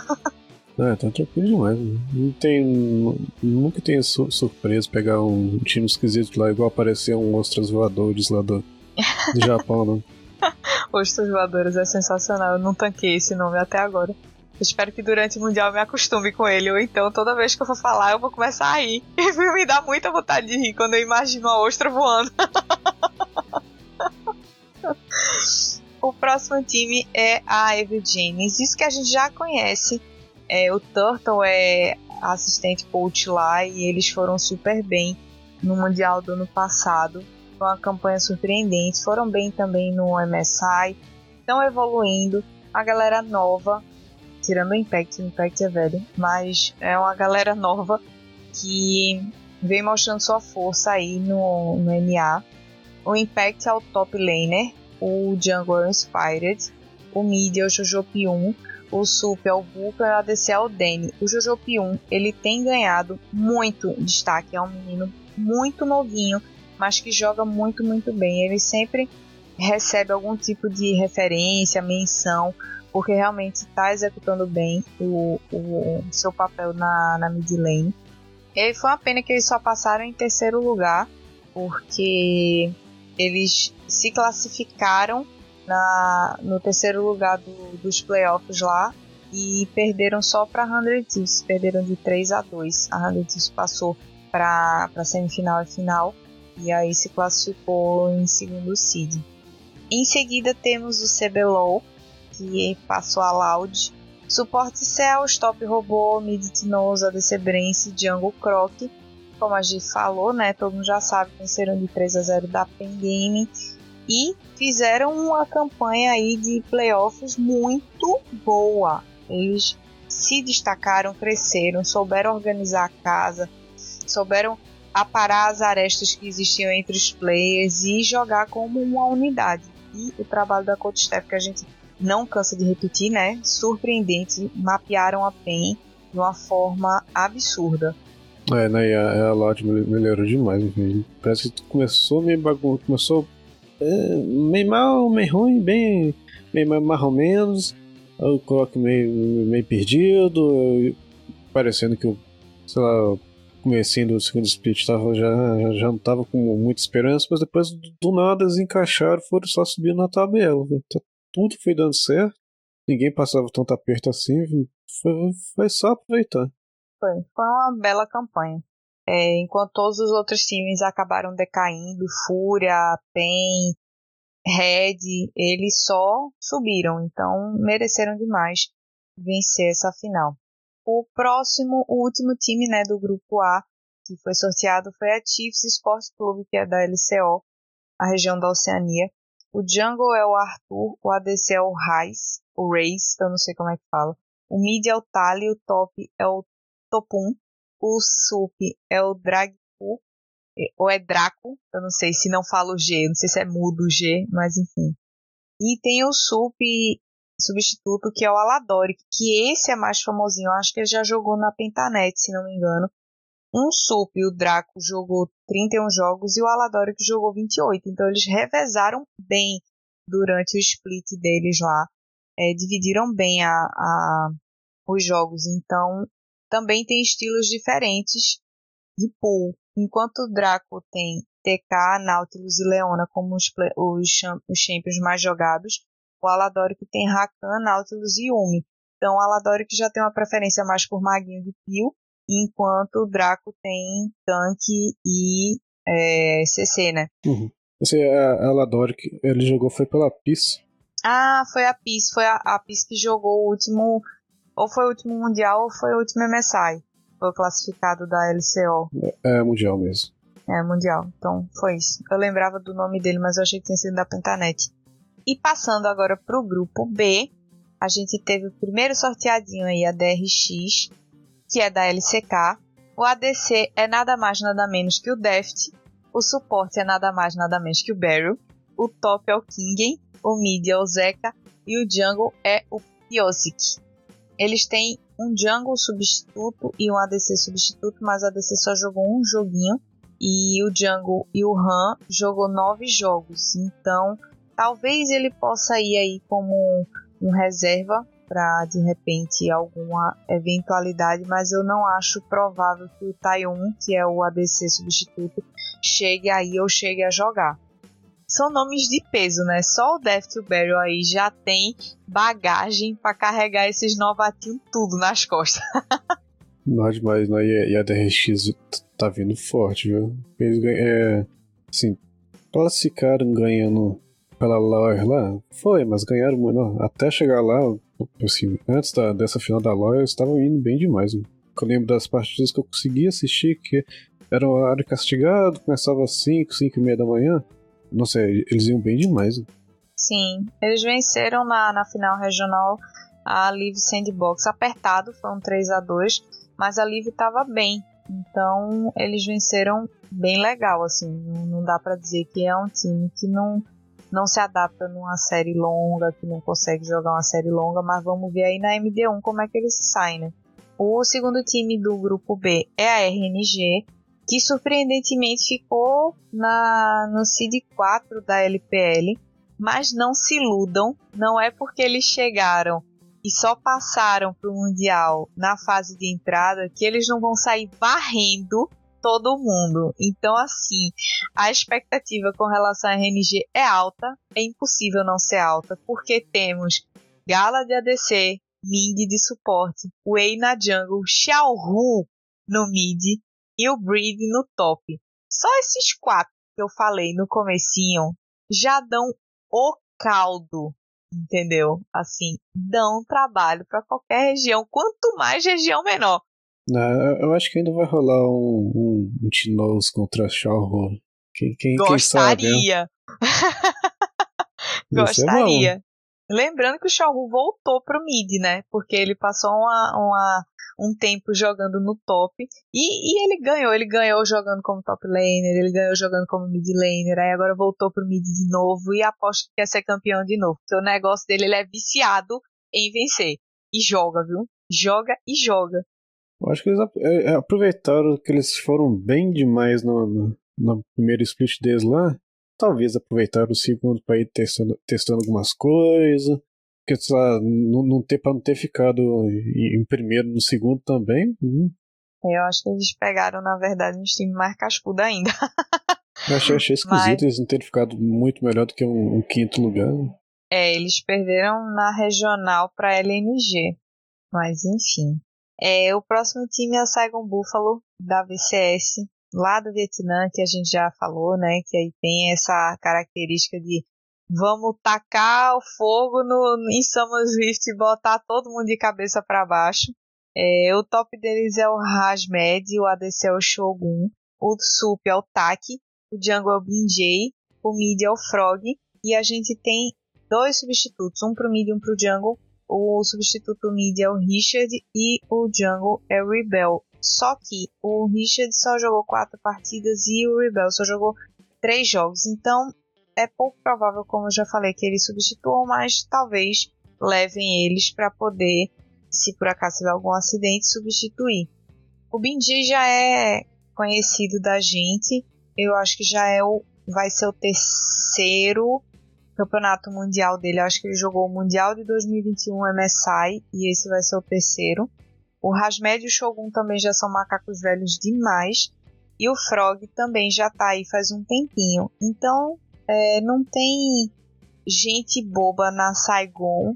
S3: É, tá tranquilo demais. Não tem, nunca tem su- surpresa pegar um time esquisito lá, igual aparecer um Ostras Voadores lá do, do Japão, não.
S2: Ostras Voadores é sensacional, eu não tanquei esse nome até agora. Eu espero que durante o mundial eu me acostume com ele, ou então toda vez que eu for falar eu vou começar a rir. E me dá muita vontade de rir quando eu imagino a ostra voando. O próximo time é a Evil Genius, isso que a gente já conhece. É, o Turtle é assistente coach lá e eles foram super bem no Mundial do ano passado. Foi uma campanha surpreendente, foram bem também no M S I, estão evoluindo. A galera nova, tirando o Impact, o Impact é velho, mas é uma galera nova que vem mostrando sua força aí no, no N A. O Impact é o top laner, o jungle é o Inspired, o mid é o Jojo Pyun, o sup é o Vulcan e o A D C é o Danny. O Jojo Pyun, ele tem ganhado muito destaque, é um menino muito novinho, mas que joga muito, muito bem. Ele sempre recebe algum tipo de referência, menção, porque realmente está executando bem o, o seu papel na, na mid lane. E foi uma pena que eles só passaram em terceiro lugar, porque eles se classificaram na, no terceiro lugar do, dos playoffs lá e perderam só para a cem Thieves, perderam de três a dois. A cem Thieves passou para a semifinal e final e aí se classificou em segundo seed. Em seguida temos o C B L O L, que passou a Loud. Suporte Cells, Top Robô, Mid Tinoz, A D C Brence, Jungle Croc. Como a gente falou, né, todo mundo já sabe, venceram de três a zero da Pen Game e fizeram uma campanha aí de playoffs muito boa. Eles se destacaram, cresceram, souberam organizar a casa, souberam aparar as arestas que existiam entre os players e jogar como uma unidade. E o trabalho da Coach Steph, que a gente não cansa de repetir, né? Surpreendente, mapearam a Pen de uma forma absurda.
S3: É, né, e a, a Loud melhorou demais, enfim. Parece que começou meio bagunça, começou é, meio mal, meio ruim, bem, meio mais ou menos. O Croc meio, meio perdido, parecendo que o, sei lá, comecinho do segundo split tava, já, já não tava com muita esperança, mas depois do nada eles encaixaram, foram só subindo na tabela. Tudo foi dando certo, ninguém passava tanto aperto assim, foi, foi só aproveitar.
S2: Foi, foi uma bela campanha. É, enquanto todos os outros times acabaram decaindo, Fúria, Pen, Red, eles só subiram, então mereceram demais vencer essa final. O próximo, o último time, né, do grupo A que foi sorteado foi a Chiefs Sports Club, que é da L C O, a região da Oceania. O Jungle é o Arthur, o A D C é o Raiz, o Raiz, eu não sei como é que fala. O Mid é o Tali, o Top é o Topum, o Sup é o Dragpu, ou é Draco, eu não sei se não falo o G, não sei se é mudo o G, mas enfim. E tem o Sup substituto, que é o Aladoric, que esse é mais famosinho, eu acho que ele já jogou na Pentanet, se não me engano. Um Sup, o Draco, jogou trinta e um jogos e o Aladoric jogou vinte e oito, então eles revezaram bem durante o split deles lá, é, dividiram bem a, a, os jogos, então também tem estilos diferentes de pool. Enquanto o Draco tem T K, Nautilus e Leona como os, play, os, os champions mais jogados, o Aladoric tem Rakan, Nautilus e Yumi. Então o Aladoric já tem uma preferência mais por maguinho de peel, enquanto o Draco tem tanque e é, C C, né?
S3: Uhum. Esse, a, a Aladoric, ele jogou foi pela Peace.
S2: Ah, foi a Peace, foi a, a Peace que jogou o último, ou foi o último Mundial ou foi o último M S I. Foi o classificado da L C O.
S3: É, é Mundial mesmo.
S2: É, Mundial. Então, foi isso. Eu lembrava do nome dele, mas eu achei que tinha sido da Pentanet. E passando agora pro grupo B, a gente teve o primeiro sorteadinho aí, a D R X, que é da L C K. O A D C é nada mais nada menos que o Deft. O suporte é nada mais nada menos que o Beryl. O top é o Kingen. O mid é o Zeka. E o jungle é o Piosik. Eles têm um jungle substituto e um A D C substituto, mas o A D C só jogou um joguinho. E o jungle e o Han jogou nove jogos. Então, talvez ele possa ir aí como um reserva para, de repente, alguma eventualidade, mas eu não acho provável que o Taiyun, que é o A D C substituto, chegue aí ou chegue a jogar. São nomes de peso, né? Só o Deft e o Beryl aí já tem bagagem para carregar esses novatinhos tudo nas costas.
S3: Não é demais, né? E a D R X tá vindo forte, viu? Eles é, assim, classificaram ganhando pela Loyal lá, foi, mas ganharam muito. Até chegar lá, assim, antes da, dessa final da Loyal, eles estavam indo bem demais. Né? Eu lembro das partidas que eu consegui assistir, que era um horário castigado, começava às cinco, cinco e meia da manhã. Não sei, eles iam bem demais. Né?
S2: Sim, eles venceram na, na final regional a Live Sandbox apertado, foi um três a dois, mas a Live estava bem, então eles venceram bem legal, assim, não, não dá pra dizer que é um time que não, não se adapta numa série longa, que não consegue jogar uma série longa, mas vamos ver aí na M D um como é que eles saem, né? O segundo time do grupo B é a R N G, que surpreendentemente ficou na, no seed quatro da L P L, mas não se iludam, não é porque eles chegaram e só passaram para o Mundial na fase de entrada que eles não vão sair varrendo todo mundo. Então, assim, a expectativa com relação à R N G é alta, é impossível não ser alta, porque temos Gala de A D C, Ming de suporte, Wei na jungle, Xiaohu no mid e o Breed no top. Só esses quatro que eu falei no comecinho já dão o caldo, entendeu? Assim, dão trabalho para qualquer região, quanto mais região menor.
S3: Não, eu acho que ainda vai rolar um, um, um Tinoz contra Xiaohu. Quem, quem, quem sabe?
S2: Gostaria.
S3: Isso é bom.
S2: Gostaria. Lembrando que o Xiaohu voltou pro mid, né? Porque ele passou uma, uma, um tempo jogando no top. E, e ele ganhou. Ele ganhou jogando como top laner. Ele ganhou jogando como mid laner. Aí agora voltou pro mid de novo. E aposto que quer ser campeão de novo. Porque o negócio dele, ele é viciado em vencer. E joga, viu? Joga e joga.
S3: Eu acho que eles é, aproveitaram que eles foram bem demais no, no, no primeiro split deles lá. Talvez aproveitaram o segundo para ir testando, testando algumas coisas. Porque, sei lá, não, não ter, para não ter ficado em, em primeiro no segundo também. Hum.
S2: Eu acho que eles pegaram, na verdade, um time mais cascudo ainda.
S3: Eu achei, achei esquisito Mas... eles não terem ficado muito melhor do que um, um quinto lugar.
S2: É, eles perderam na regional para L N G. Mas, enfim. É, o próximo time é a Saigon Buffalo, da V C S, lá do Vietnã, que a gente já falou, né? Que aí tem essa característica de vamos tacar o fogo no, em Summer's Rift e botar todo mundo de cabeça para baixo. É, o top deles é o Rasmed, o A D C é o Shogun, o Sup é o Taki, o Jungle é o Binjay, o Mid é o Frog, e a gente tem dois substitutos, um pro Mid e um pro Jungle. O substituto mid é o Richard e o Jungle é o Rebel. Só que o Richard só jogou quatro partidas e o Rebel só jogou três jogos. Então é pouco provável, como eu já falei, que eles substituam, mas talvez levem eles para poder, se por acaso tiver algum acidente, substituir. O Binji já é conhecido da gente. Eu acho que já é o, vai ser o terceiro campeonato mundial dele. Eu acho que ele jogou o Mundial de dois mil e vinte e um M S I e esse vai ser o terceiro. O Rasmed e o Shogun também já são macacos velhos demais. E o Frog também já tá aí faz um tempinho. Então, é, não tem gente boba na Saigon.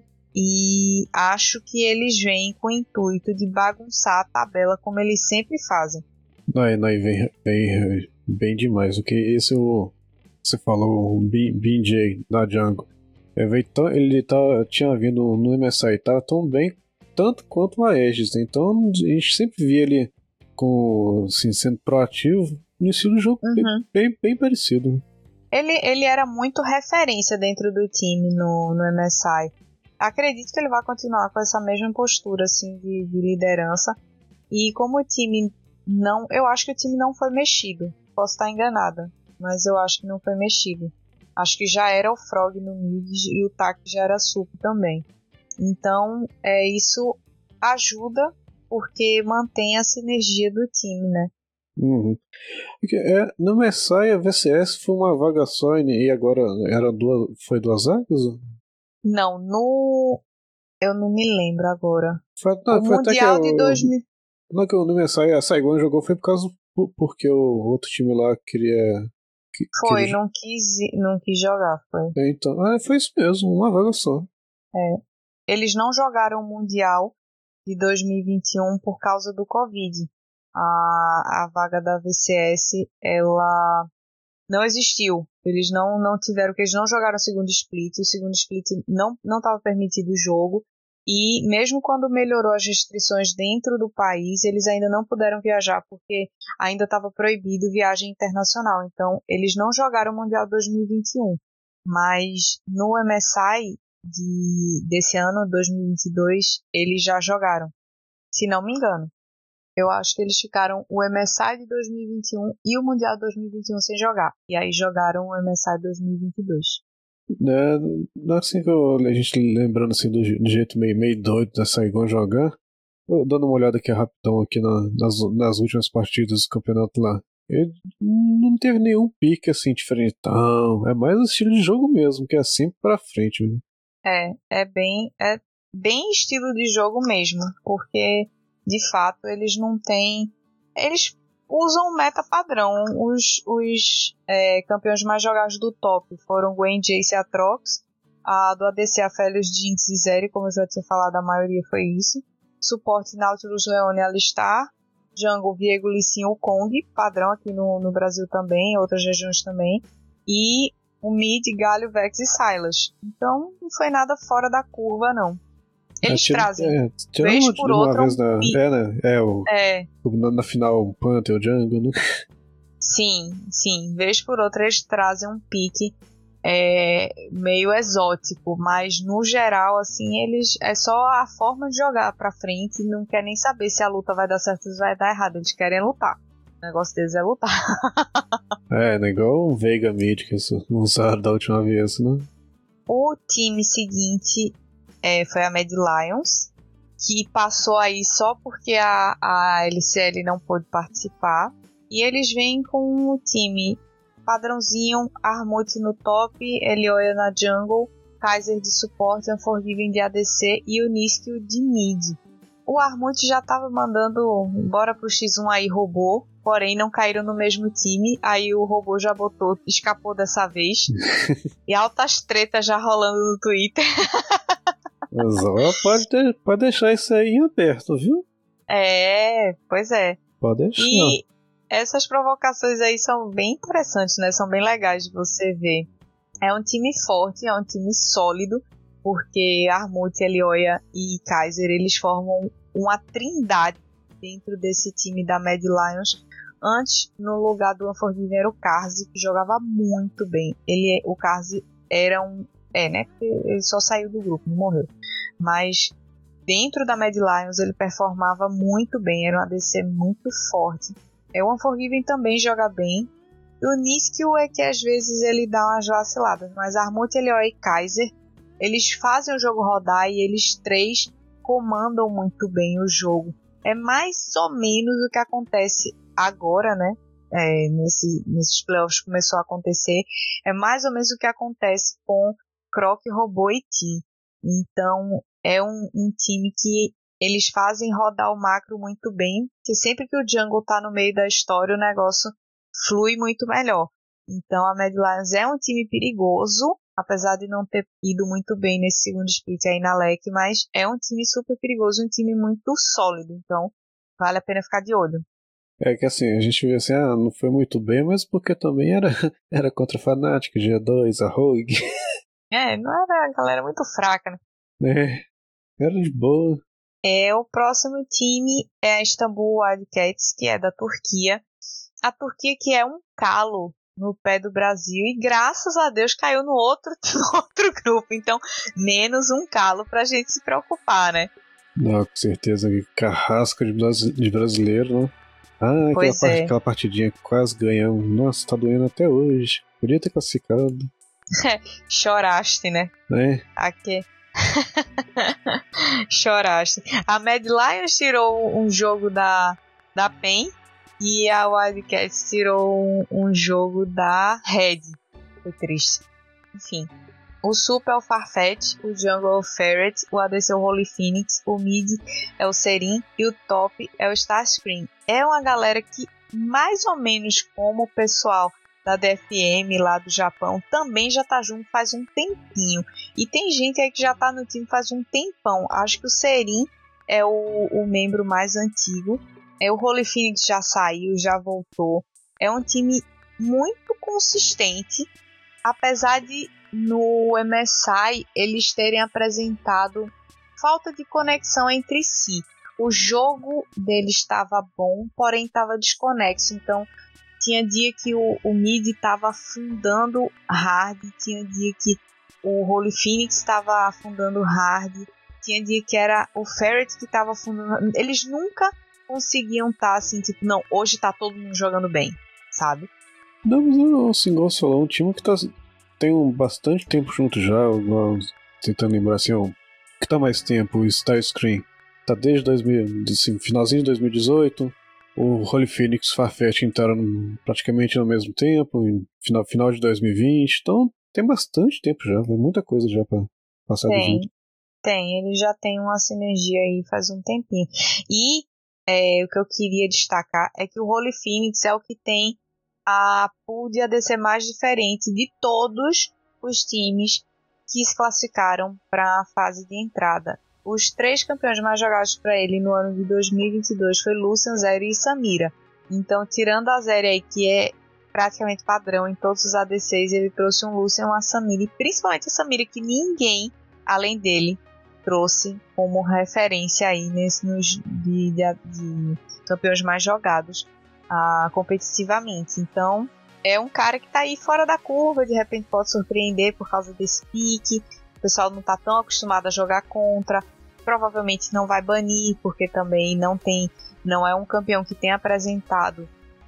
S2: E acho que eles vêm com o intuito de bagunçar a tabela como eles sempre fazem.
S3: Não, não, vem, vem bem demais. O que esse o você falou, o Binjay da Jungle. Ele tá, tinha vindo no M S I, tava tão bem tanto quanto o Aegis, né? Então a gente sempre via ele com, assim, sendo proativo no estilo de jogo uhum. bem, bem, bem parecido.
S2: Ele, ele era muito referência dentro do time no, no M S I. Acredito que ele vai continuar com essa mesma postura assim, de, de liderança. E como o time não... Eu acho que o time não foi mexido. Posso estar enganada, mas eu acho que não foi mexido. Acho que já era o Frog no mid e o Taki já era Sup também. Então, é, isso ajuda porque mantém a sinergia do time, né?
S3: Uhum. É, no M S I a V C S foi uma vaga só e agora era duas, foi duas vagas?
S2: Não, no... Eu não me lembro agora.
S3: Foi, não,
S2: o
S3: foi
S2: Mundial
S3: até que
S2: de dois mil...
S3: Não, que no M S I a Saigon jogou foi por causa porque o outro time lá queria... Que,
S2: foi,
S3: queria...
S2: não quis, não quis jogar, foi.
S3: Então, ah, foi isso mesmo, uma vaga só.
S2: É. Eles não jogaram o Mundial de dois mil e vinte e um por causa do Covid. A, a vaga da V C S, ela não existiu. Eles não, não tiveram, porque eles não jogaram o segundo split. O segundo split não não estava permitido o jogo. E mesmo quando melhorou as restrições dentro do país, eles ainda não puderam viajar, porque ainda estava proibido viagem internacional. Então, eles não jogaram o Mundial dois mil e vinte e um. Mas no M S I de, desse ano, dois mil e vinte e dois, eles já jogaram. Se não me engano. Eu acho que eles ficaram o M S I de dois mil e vinte e um e o Mundial dois mil e vinte e um sem jogar. E aí jogaram o M S I dois mil e vinte e dois.
S3: É, assim que eu, a gente lembrando assim do, do jeito meio, meio doido da Saigon jogar, eu, dando uma olhada aqui rapidão aqui na, nas, nas últimas partidas do campeonato lá, ele não teve nenhum pique assim diferentão, é mais o estilo de jogo mesmo, que é sempre pra frente, né?
S2: É, é bem, é bem estilo de jogo mesmo, porque de fato eles não têm, eles usam o meta padrão. Os, os é, campeões mais jogados do top foram Gwen, Jace e Atrox. A do A D C, a Felios, Jinx e Zeri, como eu já tinha falado, a maioria foi isso. Suporte Nautilus, Leone e Alistar. Jungle, Viego, Lee Sin, Wukong, padrão aqui no, no Brasil também, outras regiões também. E o Mid, Galio, Vex e Sylas. Então não foi nada fora da curva, não. Eles
S3: é, tira,
S2: trazem,
S3: é, tira
S2: vez
S3: uma,
S2: por
S3: uma
S2: outra,
S3: vez
S2: um
S3: na,
S2: pique.
S3: é, né? É, o,
S2: É,
S3: na, na final, o Panther, o Jungle, né?
S2: sim, sim. Vez por outra eles trazem um pique é, meio exótico, mas no geral, assim, eles é só a forma de jogar pra frente, não quer nem saber se a luta vai dar certo ou vai dar errado, eles querem lutar. O negócio deles é lutar.
S3: É, né? Igual o Veiga Mid que usaram da última vez, né?
S2: O time seguinte é, foi a Mad Lions, que passou aí só porque a, a L C L não pôde participar. E eles vêm com o time padrãozinho, Armut no top, Elioya na jungle, Kaiser de suporte, Unforgiven de A D C e o Niskil de mid. O Armut já tava mandando bora pro X um aí robô, porém não caíram no mesmo time, aí o robô já botou, escapou dessa vez. E altas tretas já rolando no Twitter.
S3: Mas ó, pode, ter, pode deixar isso aí em aberto, viu?
S2: É, pois é.
S3: Pode deixar.
S2: E essas provocações aí são bem interessantes, né? São bem legais de você ver. É um time forte, é um time sólido, porque Armut, Elioya e Kaiser, eles formam uma trindade dentro desse time da Mad Lions. Antes, no lugar do Unforgiven era o Karzi, que jogava muito bem. Ele, o Karzi era um... É, né? Porque ele só saiu do grupo, não morreu. Mas dentro da Mad Lions ele performava muito bem, era um A D C muito forte. É, o Unforgiven também joga bem. E o Niskil é que às vezes ele dá umas vaciladas, mas Armut, Elioya e Kaiser, eles fazem o jogo rodar e eles três comandam muito bem o jogo. É mais ou menos o que acontece agora, né? É, nesse, nesses playoffs começou a acontecer. É mais ou menos o que acontece com Croc, Robô e Team. Então é um, um time que eles fazem rodar o macro muito bem, que sempre que o jungle tá no meio da história o negócio flui muito melhor. Então a Mad Lions é um time perigoso, apesar de não ter ido muito bem nesse segundo split aí na L E C, mas é um time super perigoso, um time muito sólido, então vale a pena ficar de olho.
S3: É que assim, a gente vê assim, ah, não foi muito bem, mas porque também era, era contra a Fnatic, G dois, a Rogue.
S2: É, não era a galera muito fraca, né?
S3: É, era de boa.
S2: É, o próximo time é a Istanbul Wildcats, que é da Turquia. A Turquia que é um calo no pé do Brasil e graças a Deus caiu no outro, no outro grupo. Então, menos um calo pra gente se preocupar, né?
S3: Não, com certeza, carrasca de, brasi- de brasileiro, né? Ah, aquela,
S2: Pois
S3: part-
S2: é.
S3: aquela partidinha que quase ganhamos. Nossa, tá doendo até hoje. Podia ter classificado,
S2: Choraste, né?
S3: né?
S2: Aqui. Choraste. A Mad Lions tirou um jogo da, da P E N e a Wildcats tirou um, um jogo da Red. Foi triste. Enfim. O Sup é o Farfetch, o Jungle é o Ferret, o A D C é o Holy Phoenix, o Mid é o Serin e o Top é o Starscream. É uma galera que, mais ou menos como o pessoal da D F M lá do Japão, também já tá junto faz um tempinho. E tem gente aí que já tá no time faz um tempão. Acho que o Serin é o, o membro mais antigo. É, o Holy Phoenix já saiu, já voltou. É um time muito consistente, apesar de no M S I eles terem apresentado falta de conexão entre si. O jogo deles estava bom, porém estava desconexo. Então tinha dia que o, o mid estava afundando hard, tinha dia que o Holy Phoenix estava afundando hard, tinha dia que era o Ferret que estava afundando. Eles nunca conseguiam estar tá, assim, tipo, não, hoje tá todo mundo jogando bem, sabe?
S3: Não, mas o Single Solo é um time que tá, tem um bastante tempo junto já. Eu, tentando lembrar assim, ó, que tá mais tempo, o Starscream tá desde dois mil, assim, finalzinho de dois mil e dezoito. O Holy Phoenix e Farfetch entraram praticamente no mesmo tempo, em final, final de dois mil e vinte. Então tem bastante tempo já, tem muita coisa já pra passar
S2: Tem,
S3: junto.
S2: tem. Ele já tem uma sinergia aí faz um tempinho. E é, o que eu queria destacar é que o Holy Phoenix é o que tem a pool de A D C mais diferente de todos os times que se classificaram para a fase de entrada. os três campeões mais jogados para ele no ano de dois mil e vinte e dois foi Lucian, Zeri e Samira. Então, tirando a Zeri aí, que é praticamente padrão em todos os A D Cs, ele trouxe um Lucian, uma Samira, e principalmente a Samira, que ninguém, além dele, trouxe como referência aí nesse, nos, de, de, de campeões mais jogados uh, competitivamente. Então, é um cara que tá aí fora da curva, de repente pode surpreender por causa desse pique. O pessoal não tá tão acostumado a jogar contra, provavelmente não vai banir, porque também não tem, não é um campeão que tem apresentado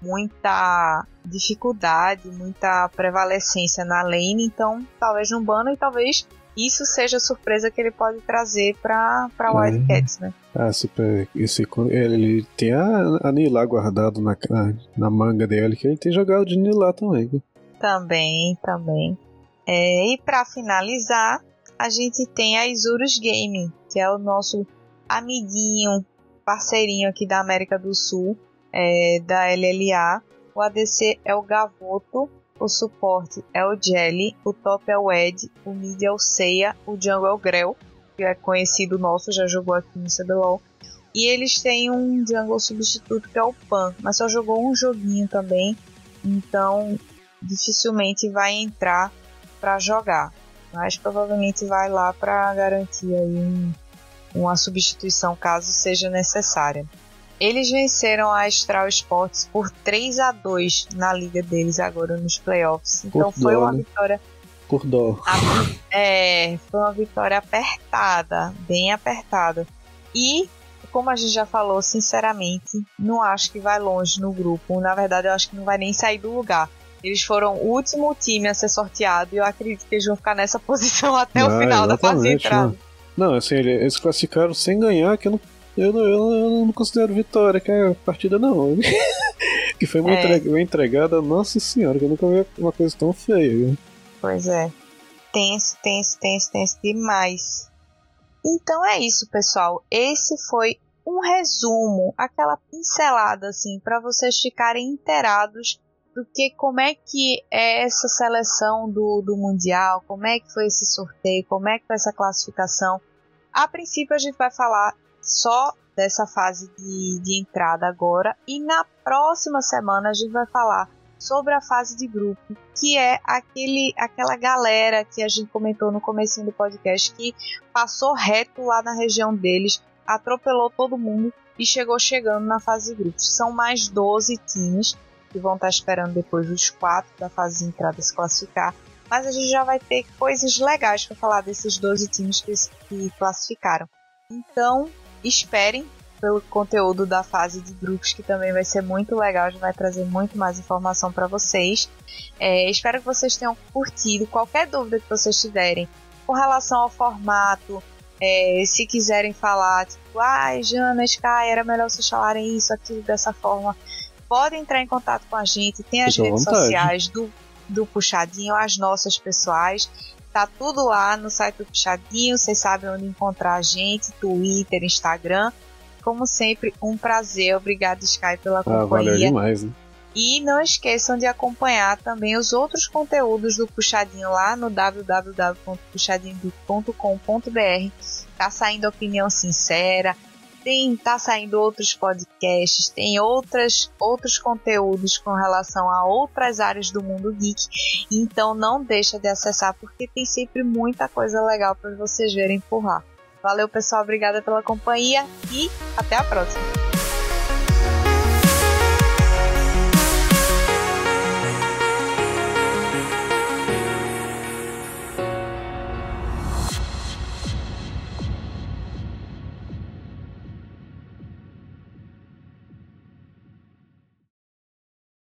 S2: muita dificuldade, muita prevalecência na lane, então talvez não bana e talvez isso seja a surpresa que ele pode trazer para para
S3: ah,
S2: Wildcats, né?
S3: Ah, super, esse, ele tem a, a Nilah guardado na, na manga dele, que ele tem jogado de Nilah também.
S2: Também, também. É, e para finalizar, a gente tem a Isurus Gaming, que é o nosso amiguinho, parceirinho aqui da América do Sul, é, da L L A. O A D C é o Gavoto, o suporte é o Jelly, o top é o Ed, o mid é o Seiya, o jungle é o Grell, que é conhecido nosso, já jogou aqui no C B L O L. E eles têm um jungle substituto que é o Pan, mas só jogou um joguinho também, então dificilmente vai entrar para jogar. Mas provavelmente vai lá para garantir aí um, uma substituição caso seja necessária. Eles venceram a Astral Sports por três a dois na liga deles agora nos playoffs. Então
S3: por
S2: foi
S3: dó,
S2: uma
S3: né?
S2: vitória.
S3: Por dó.
S2: É, foi uma vitória apertada, bem apertada. E, como a gente já falou, sinceramente, não acho que vai longe no grupo. Na verdade, eu acho que não vai nem sair do lugar. Eles foram o último time a ser sorteado e eu acredito que eles vão ficar nessa posição até ah, o final da fase de entrada.
S3: Não, não assim, eles classificaram sem ganhar, que eu não. Eu não, eu, não, eu não considero vitória, que é a partida não. Que foi uma, é. entrega, uma entregada, nossa senhora, que eu nunca vi uma coisa tão feia.
S2: Pois é. Tenso, tenso, tenso, tenso demais. Então é isso, pessoal. Esse foi um resumo, aquela pincelada, assim, para vocês ficarem inteirados do que, como é que é essa seleção do, do Mundial, como é que foi esse sorteio, como é que foi essa classificação. A princípio a gente vai falar só dessa fase de, de entrada agora, e na próxima semana a gente vai falar sobre a fase de grupo, que é aquele, aquela galera que a gente comentou no comecinho do podcast, que passou reto lá na região deles, atropelou todo mundo e chegou chegando na fase de grupos. São mais doze times que vão estar esperando depois os quatro da fase de entrada se classificar, mas a gente já vai ter coisas legais para falar desses doze times que, que classificaram. Então esperem pelo conteúdo da fase de grupos, que também vai ser muito legal, a gente vai trazer muito mais informação para vocês. É, espero que vocês tenham curtido. Qualquer dúvida que vocês tiverem com relação ao formato, é, se quiserem falar, tipo, ai, ah, Jana, Sky, era melhor vocês falarem isso, aquilo, dessa forma, podem entrar em contato com a gente. Tem as Fica redes sociais do, do Puxadinho, as nossas pessoais. Tá tudo lá no site do Puxadinho, vocês sabem onde encontrar a gente, Twitter, Instagram. Como sempre, um prazer. Obrigado, Sky, pela companhia.
S3: Ah, valeu demais, né?
S2: E não esqueçam de acompanhar também os outros conteúdos do Puxadinho lá no w w w ponto puxadinho ponto com ponto b r. Tá saindo opinião sincera, tem, tá saindo outros podcasts, tem outras, outros conteúdos com relação a outras áreas do mundo geek. Então não deixa de acessar, porque tem sempre muita coisa legal para vocês verem por lá. Valeu, pessoal, obrigada pela companhia e até a próxima.